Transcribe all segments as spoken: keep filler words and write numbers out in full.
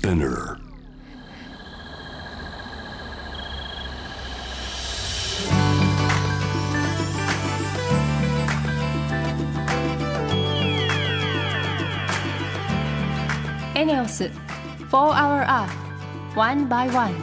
Spinner. エネオス For Our Earth One by One。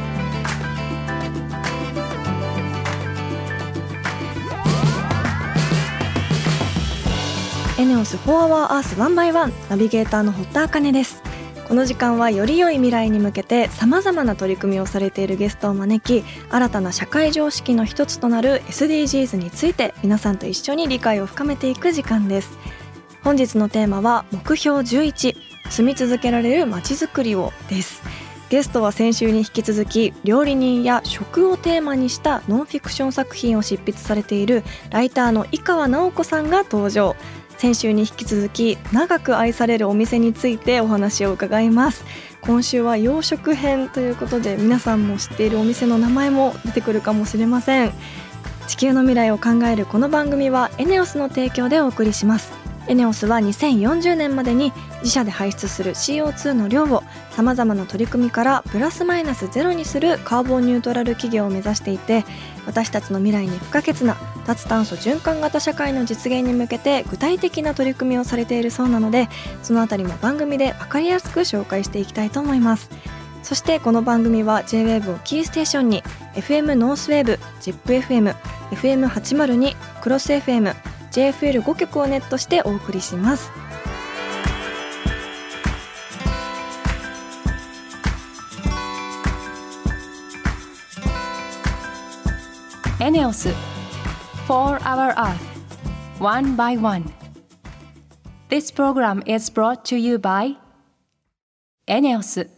エネオス For Our Earth One by One ナビゲーターの堀田茜です。この時間はより良い未来に向けてさまざまな取り組みをされているゲストを招き、新たな社会常識の一つとなる エスディージーズ について皆さんと一緒に理解を深めていく時間です。本日のテーマは目標じゅういち、住み続けられるまちづくりをです。ゲストは先週に引き続き料理人や食をテーマにしたノンフィクション作品を執筆されているライターの井川直子さんが登場。先週に引き続き長く愛されるお店についてお話を伺います。今週は洋食編ということで、皆さんも知っているお店の名前も出てくるかもしれません。地球の未来を考えるこの番組はエネオスの提供でお送りします。エネオスはにせんよんじゅうねんまでに自社で排出する シーオーツー の量をさまざまな取り組みからプラスマイナスゼロにするカーボンニュートラル企業を目指していて、私たちの未来に不可欠な脱炭素循環型社会の実現に向けて具体的な取り組みをされているそうなので、そのあたりも番組で分かりやすく紹介していきたいと思います。そしてこの番組は ジェイウェーブ をキーステーションに エフエム ノースウェーブ、ジップエフエム、エフエムはちまるに、クロス エフエム、ジェイエフエルご 局をネットしてお送りします。 エネオス For Our Earth One by One。 This program is brought to you by エネオス。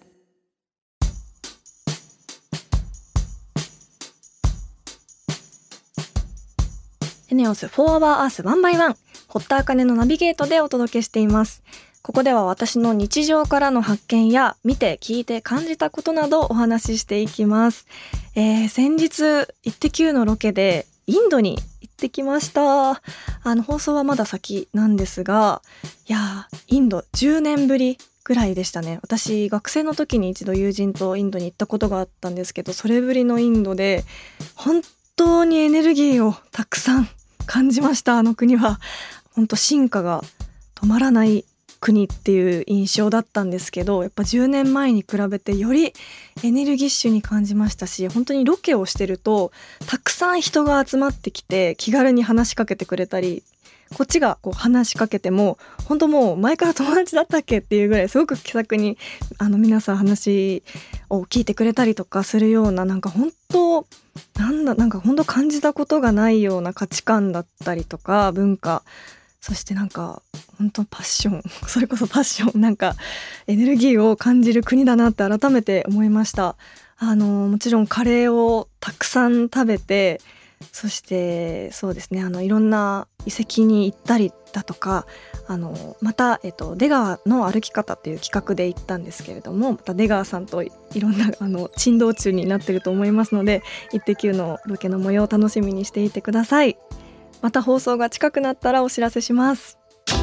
エネオス For Our Earth One by One、 堀田茜のナビゲートでお届けしています。ここでは私の日常からの発見や見て聞いて感じたことなどお話ししていきます。えー、先日イッテ Q のロケでインドに行ってきました。あの放送はまだ先なんですが、いやインドじゅうねんぶりぐらいでしたね。私学生の時に一度友人とインドに行ったことがあったんですけど、それぶりのインドで本当にエネルギーをたくさん感じました。あの国は本当進化が止まらない国っていう印象だったんですけど、やっぱじゅうねんまえに比べてよりエネルギッシュに感じましたし、本当にロケをしてるとたくさん人が集まってきて気軽に話しかけてくれたり、こっちがこう話しかけても本当もう前から友達だったっけっていうぐらいすごく気さくにあの皆さん話を聞いてくれたりとかするような、なんか本当なんだなんか本当感じたことがないような価値観だったりとか文化、そしてなんか本当パッション、それこそパッション、なんかエネルギーを感じる国だなって改めて思いました。あのもちろんカレーをたくさん食べて、そしてそうですね、あのいろんな遺跡に行ったりだとか、あのまた、えっと、出川の歩き方っていう企画で行ったんですけれども、また出川さんといろんなあの珍道中になってると思いますので、イッテ Q のロケの模様を楽しみにしていてください。また放送が近くなったらお知らせします。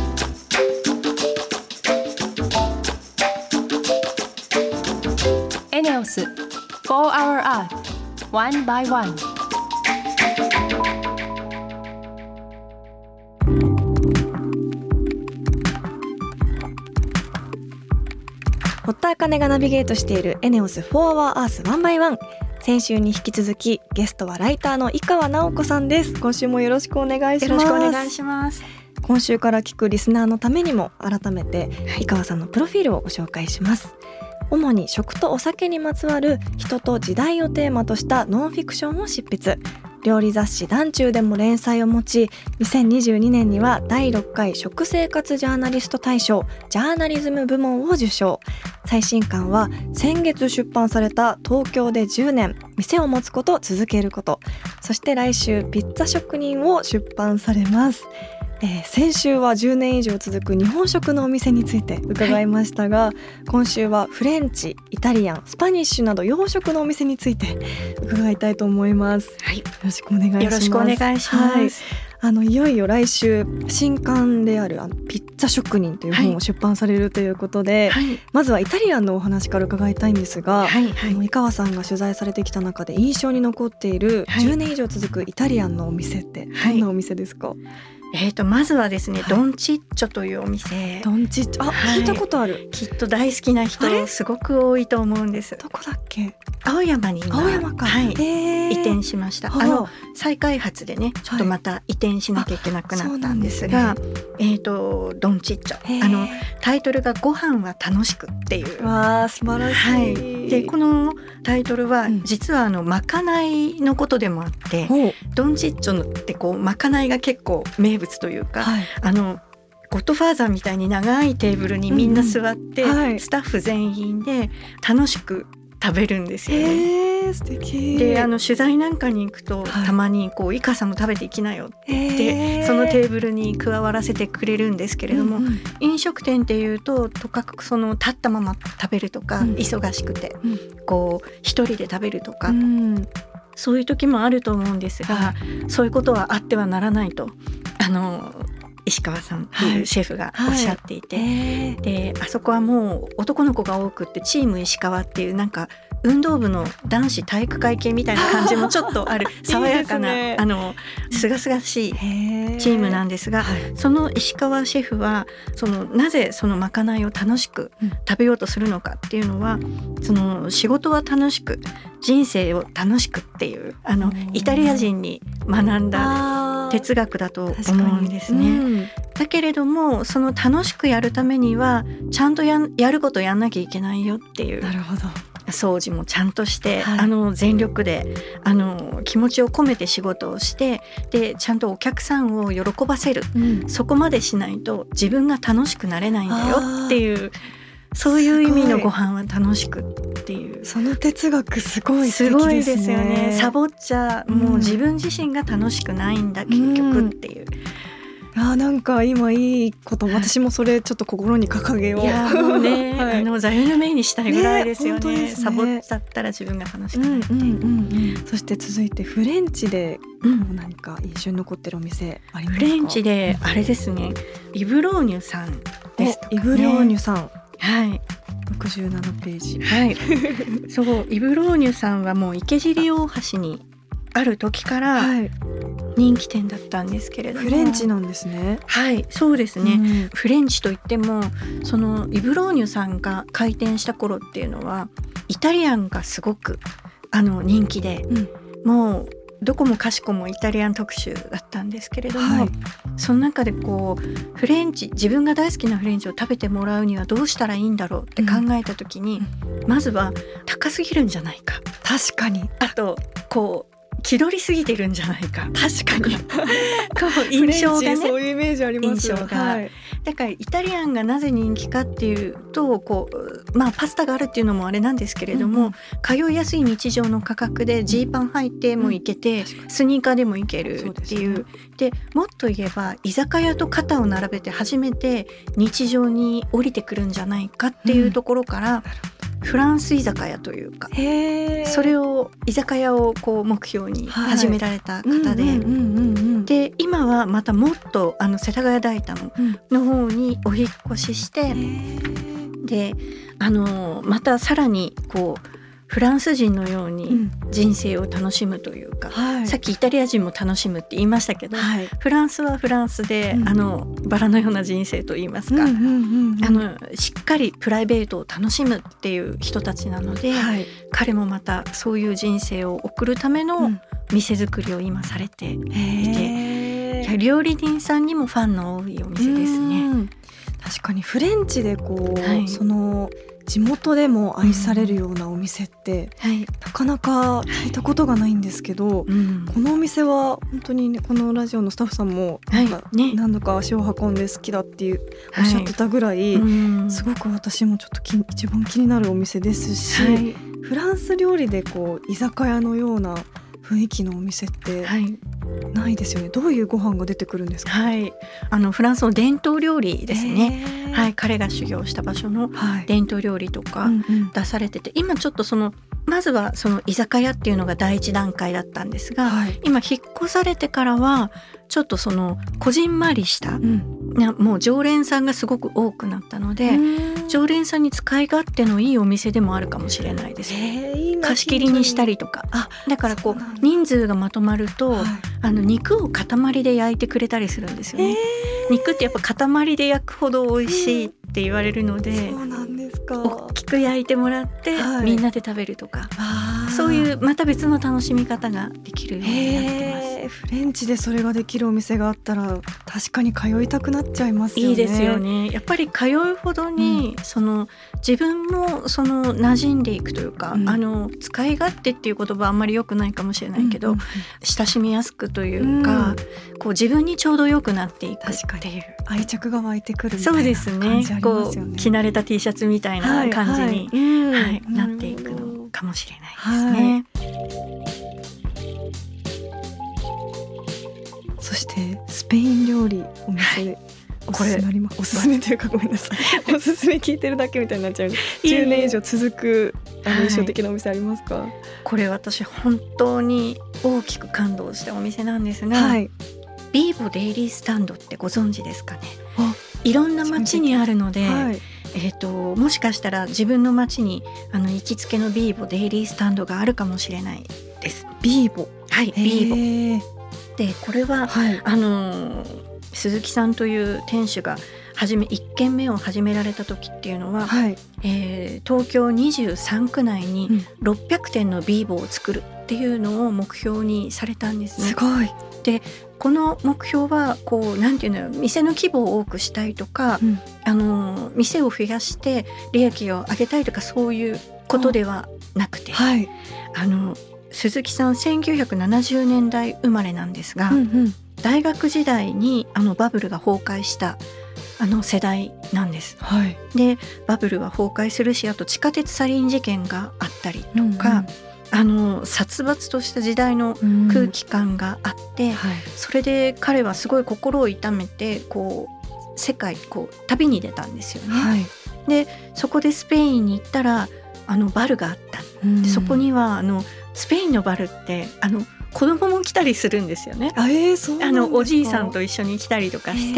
エネオス For Our Earth One by One。 堀田茜がナビゲートしているエネオス For Our Earth One by One。先週に引き続きゲストはライターの井川直子さんです。今週もよろしくお願いします。 よろしくお願いします。 今週から聞くリスナーのためにも改めて井川さんのプロフィールをご紹介します。主に食とお酒にまつわる人と時代をテーマとしたノンフィクションを執筆。料理雑誌団中でも連載を持ち、にせんにじゅうにねんにはだいろっかい食生活ジャーナリスト大賞ジャーナリズム部門を受賞。最新刊は先月出版された東京でじゅうねん店を持つこと続けること、そして来週ピッツァ職人を出版されます。えー、先週はじゅうねん以上続く日本食のお店について伺いましたが、はい、今週はフレンチ、イタリアン、スパニッシュなど洋食のお店について伺いたいと思います。 はい、 よろしくお願いします。 よろしくお願いします。はい、 あのいよいよ来週新刊であるあのピッツァ職人という本を出版されるということで、はい、まずはイタリアンのお話から伺いたいんですが、はいはい、あの井川さんが取材されてきた中で印象に残っているじゅうねん以上続くイタリアンのお店ってどんなお店ですか？はい、 えー、とまずはですね、はい、ドンチッチョというお店。 ドンチッチョ、あ、はい、聞いたことある。 きっと大好きな人すごく多いと思うんです。 どこだっけ？ 青山に今青山か、 はい、移転しました。あの再開発でねちょっとまた移転しなきゃいけなくなったんですが、はい、すね、えー、とドンチッチョ、あのタイトルがご飯は楽しくっていう。 わー素晴らしい、はい、 でこのタイトルは実はあのまかないのことでもあって、うん、ドンチッチョってこうまかないが結構名物というか、はい、あのゴッドファーザーみたいに長いテーブルにみんな座って、うんはい、スタッフ全員で楽しく食べるんですよね。 えー、素敵。 であの取材なんかに行くと、はい、たまにこうイカさんも食べていきなよって、そのテーブルに加わらせてくれるんですけれども、うんうん、飲食店っていうととかくその立ったまま食べるとか、うん、忙しくて、うん、こう一人で食べるとか、うん、そういう時もあると思うんですが、はい、そういうことはあってはならないとあの石川さんっていうシェフがおっしゃっていて、はいはい、であそこはもう男の子が多くってチーム石川っていうなんか運動部の男子体育会系みたいな感じもちょっとある爽やかな、いいですね、あのすがすがしいチームなんですが、はい、その石川シェフはそのなぜそのまかないを楽しく食べようとするのかっていうのは、その仕事は楽しく人生を楽しくっていうあのイタリア人に学んだ哲学だと思うんですね、うん、だけれどもその楽しくやるためにはちゃんと や, やることやんなきゃいけないよっていう。 なるほど。 掃除もちゃんとして、はい、あの全力であの気持ちを込めて仕事をしてでちゃんとお客さんを喜ばせる、うん、そこまでしないと自分が楽しくなれないんだよっていうそういう意味のご飯は楽しくっていうその哲学すごい素敵ですね。 すごいですよね。サボっちゃもう自分自身が楽しくないんだ、うん、結局っていう、 うん、あなんか今いいこと私もそれちょっと心に掲げよう。 いやもうね、はい、あの座右の銘にしたいぐらいですよ ね, ね, ねサボっちゃったら自分が楽しくないっていう、うんうんうんうん、 そして続いてフレンチで何か印象に残ってるお店ありますか？ フレンチであれですね、イブローニュさんですとかね。 イブローニュさん、 はい、 ろくじゅうななページ、 はい、そうイブローニュさんはもう池尻大橋にある時から人気店だったんですけれども、 フレンチなんですね。 はいそうですね、うん、フレンチといってもそのイブローニュさんが開店した頃っていうのはイタリアンがすごくあの人気で、うん、もうどこもかしこもイタリアン特集だったんですけれども、はい、その中でこうフレンチ自分が大好きなフレンチを食べてもらうにはどうしたらいいんだろうって考えた時に、うん、まずは高すぎるんじゃないか、 確かに、 あとこう気取りすぎてるんじゃないか、 確かにこう印象がね、 そういうイメージあります。 印象が、 はい、 だからイタリアンがなぜ人気かっていうとこう、まあ、パスタがあるっていうのもあれなんですけれども、うんうん、通いやすい日常の価格でジーパン履いても行けて、うん、スニーカーでも行けるっていう、でもっと言えば居酒屋と肩を並べて初めて日常に降りてくるんじゃないかっていうところから、うんフランス居酒屋というか、へそれを居酒屋をこう目標に始められた方で、で今はまたもっとあの世田谷代田の方にお引っ越しして、であのまたさらにこうフランス人のように人生を楽しむというか、うん、さっきイタリア人も楽しむって言いましたけど、はい、フランスはフランスで、うん、あのバラのような人生と言いますか、うんうんうんうん、あのしっかりプライベートを楽しむっていう人たちなので、はい、彼もまたそういう人生を送るための店作りを今されていて、うん、いや料理人さんにもファンの多いお店ですね。うん、 確かにフレンチでこう、はい、その地元でも愛されるようなお店って、うんはい、なかなか聞いたことがないんですけど、うん、このお店は本当に、ね、このラジオのスタッフさんもなんか、はいね、何度か足を運んで好きだっていうおっしゃってたぐらい、はい、すごく私もちょっとき一番気になるお店ですし、はい、フランス料理でこう居酒屋のような雰囲気のお店ってないですよね。どういうご飯が出てくるんですか？ はい、あのフランスの伝統料理ですね、はい、彼が修行した場所の伝統料理とか出されてて、今ちょっとそのまずはその居酒屋っていうのが第一段階だったんですが、 はい、 今引っ越されてからはちょっとそのこじんまりした、うん、もう常連さんがすごく多くなったので、常連さんに使い勝手のいいお店でもあるかもしれないです、ね、いいな、貸し切りにしたりとか。あ、だからこう人数がまとまると、はい、あの肉を塊で焼いてくれたりするんですよね。肉ってやっぱ塊で焼くほど美味しいって言われるので、 そうなんですか。 大きく焼いてもらって、はい、みんなで食べるとか、そういうまた別の楽しみ方ができるようになってます。 フレンチでそれができるお店があったら確かに通いたくなっちゃいますよね。 いいですよね。やっぱり通うほどに、うん、その自分もその馴染んでいくというか、うん、あの使い勝手っていう言葉はあんまり良くないかもしれないけど、うんうんうん、親しみやすくというか、うん、こう自分にちょうど良くなっていくっていう愛着が湧いてくるみたいな感じありますよね。 そうですね。こう着慣れた T シャツみたいな感じに、はいはいはい、なっていくのかもしれないですね。はい、 そしてスペイン料理お店でおすすめあります？おすすめというかごめんなさいおすすめ聞いてるだけみたいになっちゃうじゅうねん以上続くあの印象的なお店ありますか？はい、 これ私本当に大きく感動したお店なんですが、はい、ビーボデイリースタンドってご存知ですかね。いろんな街にあるので、はい、えーと、もしかしたら自分の街にあの行きつけのビーボデイリースタンドがあるかもしれないです。 ビーボ、 はい、ビーボで、これは、はい、あの鈴木さんという店主が初めいっけんめを始められた時っていうのは、はい、えー、東京にじゅうさんく内にろっぴゃくてんのビーボを作るっていうのを目標にされたんですね。 すごい。 でこの目標はこうなんていうの、店の規模を多くしたいとか、うん、あの店を増やして利益を上げたいとかそういうことではなくて、はい、あの鈴木さんせんきゅうひゃくななじゅうねんだい生まれなんですが、うんうん、大学時代にあのバブルが崩壊したあの世代なんです、はい、でバブルは崩壊するし、あと地下鉄サリン事件があったりとか、うんうん、あの殺伐とした時代の空気感があって、うんはい、それで彼はすごい心を痛めてこう世界こう旅に出たんですよね、はい、でそこでスペインに行ったらあのバルがあった、うん、でそこにはあのスペインのバルってあの子供も来たりするんですよね。 あ、えー、そうなんですか。 あのおじいさんと一緒に来たりとかして、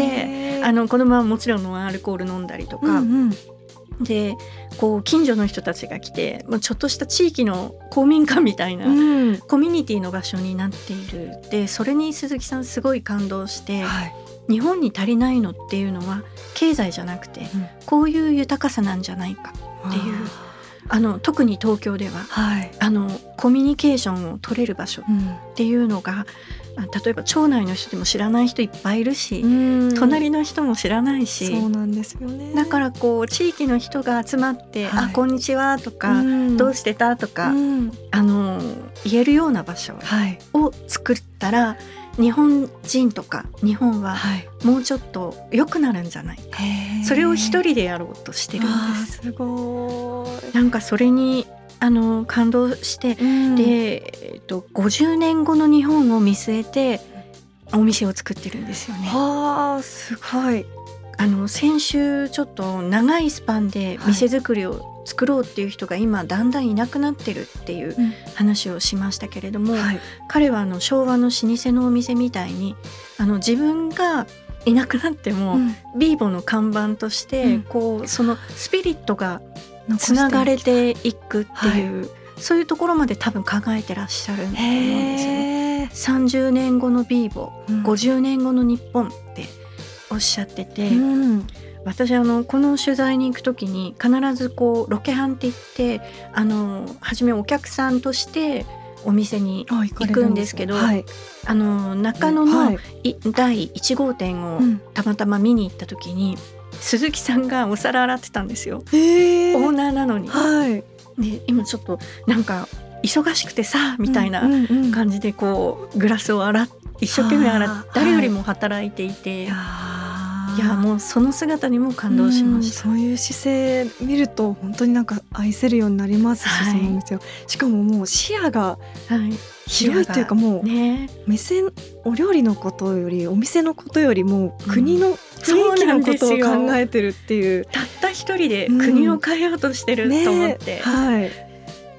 あの子供はもちろんノンアルコール飲んだりとか、うんうん、でこう近所の人たちが来てもうちょっとした地域の公民館みたいな、うん、コミュニティの場所になっている。でそれに鈴木さんすごい感動して、はい、日本に足りないのっていうのは経済じゃなくて、うん、こういう豊かさなんじゃないかっていう、あの特に東京では、はい、あのコミュニケーションを取れる場所っていうのが、うん、例えば町内の人でも知らない人いっぱいいるし、隣の人も知らないし、 そうなんですよね。 だからこう地域の人が集まって、はい、あこんにちはとか、うん、どうしてたとか、うん、あの言えるような場所を作ったら、日本人とか日本はもうちょっと良くなるんじゃないか、はい、それを一人でやろうとしてるんです。 すごい。 なんかそれにあの感動して、うん、で、えっと、ごじゅうねんごの日本を見据えてお店を作ってるんですよね。 はあ、すごい。 あの先週ちょっと長いスパンで店作りを作ろうっていう人が今だんだんいなくなってるっていう話をしましたけれども、はい、彼はあの昭和の老舗のお店みたいにあの自分がいなくなっても、うん、ビーボの看板として、うん、こうそのスピリットがつながれていくっていう、はい、そういうところまで多分考えてらっしゃるんだと思うんですよね。さんじゅうねんごのビーボ、うん、ごじゅうねんごの日本っておっしゃってて、うん、私あのこの取材に行くときに必ずこうロケハンって言ってあの初めお客さんとしてお店に行くんですけど、はい、あの中野の、はい、だいいち号店をたまたま見に行ったときに、うん、鈴木さんがお皿洗ってたんですよ。オーナーなのに、はい、で今ちょっとなんか忙しくてさみたいな感じでこうグラスを洗っ一生懸命洗って誰よりも働いていて、はい、いやもうその姿にも感動しました。 そういう姿勢見ると本当になんか愛せるようになりますし、はい、そのお店をしかももう視野が広いというか、もう目線お料理のことよりお店のことよりも国の雰囲気のことを考えてるっていう、 たった一人で国を変えようとしてると思って、 うんね、はい、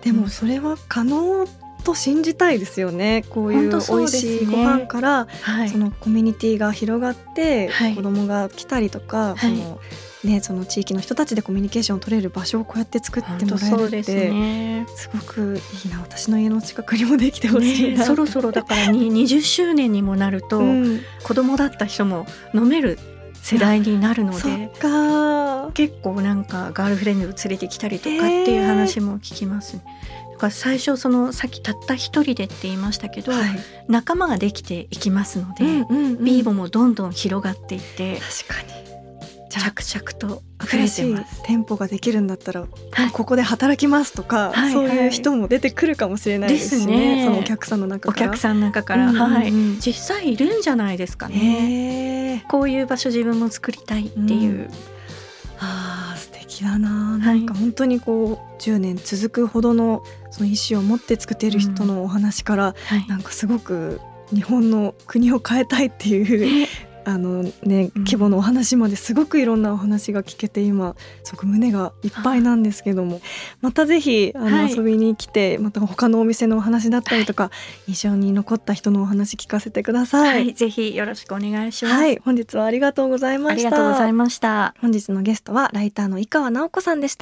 でもそれは可能と信じたいですよね。こういう美味しいご飯から、はい、そのコミュニティが広がって、はい、子供が来たりとか、はい、そのね、その地域の人たちでコミュニケーションを取れる場所をこうやって作ってもらえるって、すね、すごくいいな。私の家の近くにもできてほしいな、 ね、そろそろだからににじゅっしゅうねんにもなると、うん、子供だった人も飲める世代になるので、 そっか、 結構なんかガールフレンドを連れてきたりとかっていう話も聞きますね。だから最初そのさっきたった一人でって言いましたけど、はい、仲間ができていきますので、うんうんうん、ビーボもどんどん広がっていって、 確かに着々と溢れてます。 店舗ができるんだったら、はい、ここで働きますとか、はいはい、そういう人も出てくるかもしれないですし ね, ですね。そのお客さんの中からお客さんの中から、うんうんうん、はい、実際いるんじゃないですかね。こういう場所自分も作りたいっていう、うん、 あー素敵だな。なんか本当にこうじゅうねん続くほどのその意思を持って作っている人のお話から、うんはい、なんかすごく日本の国を変えたいっていうあのね、規模のお話まですごくいろんなお話が聞けて、今すごく胸がいっぱいなんですけども、またぜひあの、はい、遊びに来て、また他のお店のお話だったりとか、はい、印象に残った人のお話聞かせてください。 はい、ぜひよろしくお願いします。 はい、本日はありがとうございました。 ありがとうございました。 本日のゲストはライターの井川直子さんでした。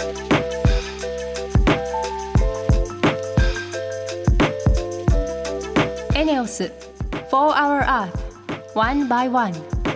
エネオス For Our Earth One by One。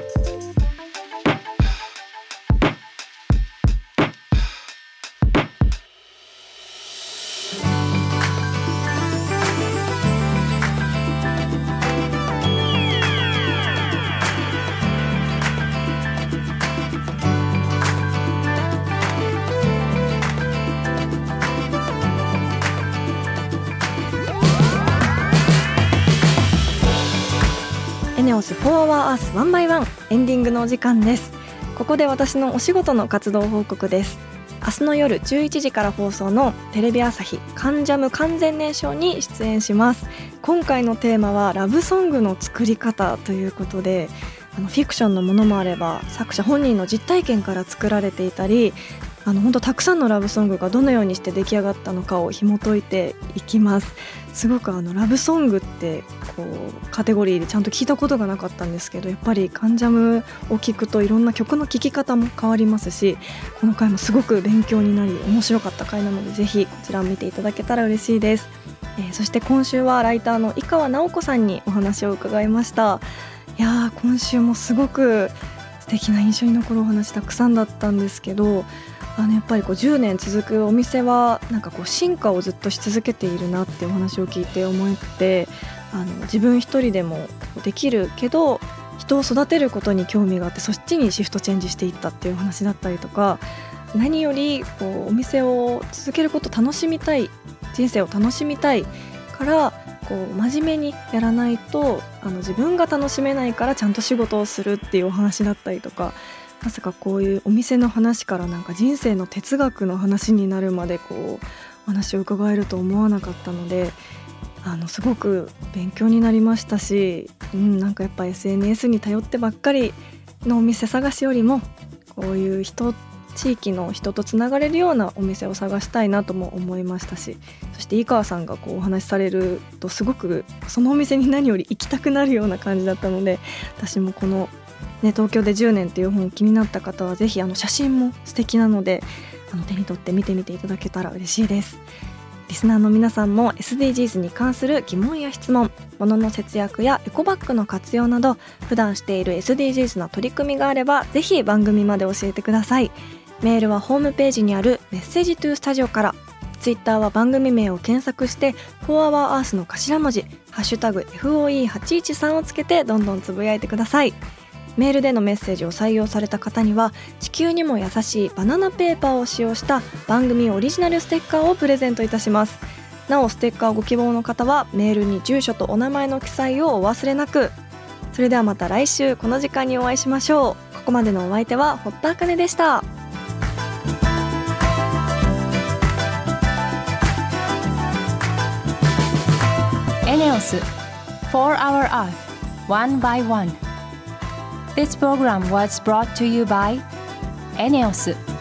エネオス For Our Earth One by One エンディングのお時間です。ここで私のお仕事の活動報告です。明日の夜じゅういちじから放送のテレビ朝日カンジャム完全燃焼に出演します。今回のテーマはラブソングの作り方ということで、あのフィクションのものもあれば作者本人の実体験から作られていたり、あの本当たくさんのラブソングがどのようにして出来上がったのかを紐解いていきます。すごくあのラブソングってこうカテゴリーでちゃんと聞いたことがなかったんですけど、やっぱりカンジャムを聞くといろんな曲の聴き方も変わりますし、この回もすごく勉強になり面白かった回なので、ぜひこちらを見ていただけたら嬉しいです。えー、そして今週はライターの井川直子さんにお話を伺いました。いやー、今週もすごく素敵な印象に残るお話たくさんだったんですけど、あのやっぱりこうじゅうねん続くお店はなんかこう進化をずっとし続けているなってお話を聞いて思って、あの自分一人でもできるけど人を育てることに興味があって、そっちにシフトチェンジしていったっていうお話だったりとか、何よりこうお店を続けることを楽しみたい、人生を楽しみたいからこう真面目にやらないとあの自分が楽しめないからちゃんと仕事をするっていうお話だったりとか、まさかこういうお店の話からなんか人生の哲学の話になるまでこうお話を伺えると思わなかったので、あのすごく勉強になりましたし、うん、なんかやっぱ エスエヌエス に頼ってばっかりのお店探しよりも、こういう人地域の人とつながれるようなお店を探したいなとも思いましたし、そして井川さんがこうお話しされるとすごくそのお店に何より行きたくなるような感じだったので、私もこのね、東京でじゅうねんっていう本気になった方はぜひあの写真も素敵なのであの手に取って見てみていただけたら嬉しいです。リスナーの皆さんも エスディージーズ に関する疑問や質問、物の節約やエコバッグの活用など普段している エスディージーズ の取り組みがあればぜひ番組まで教えてください。メールはホームページにあるメッセージトゥースタジオから、ツイッターは番組名を検索して フォーアワーアース の頭文字ハッシュタグ エフオーイーはちいちさん をつけてどんどんつぶやいてください。メールでのメッセージを採用された方には地球にも優しいバナナペーパーを使用した番組オリジナルステッカーをプレゼントいたします。なおステッカーをご希望の方はメールに住所とお名前の記載をお忘れなく。それではまた来週この時間にお会いしましょう。ここまでのお相手は堀田茜でした。 エネオス For Our Earth One by One。This program was brought to you by エネオス。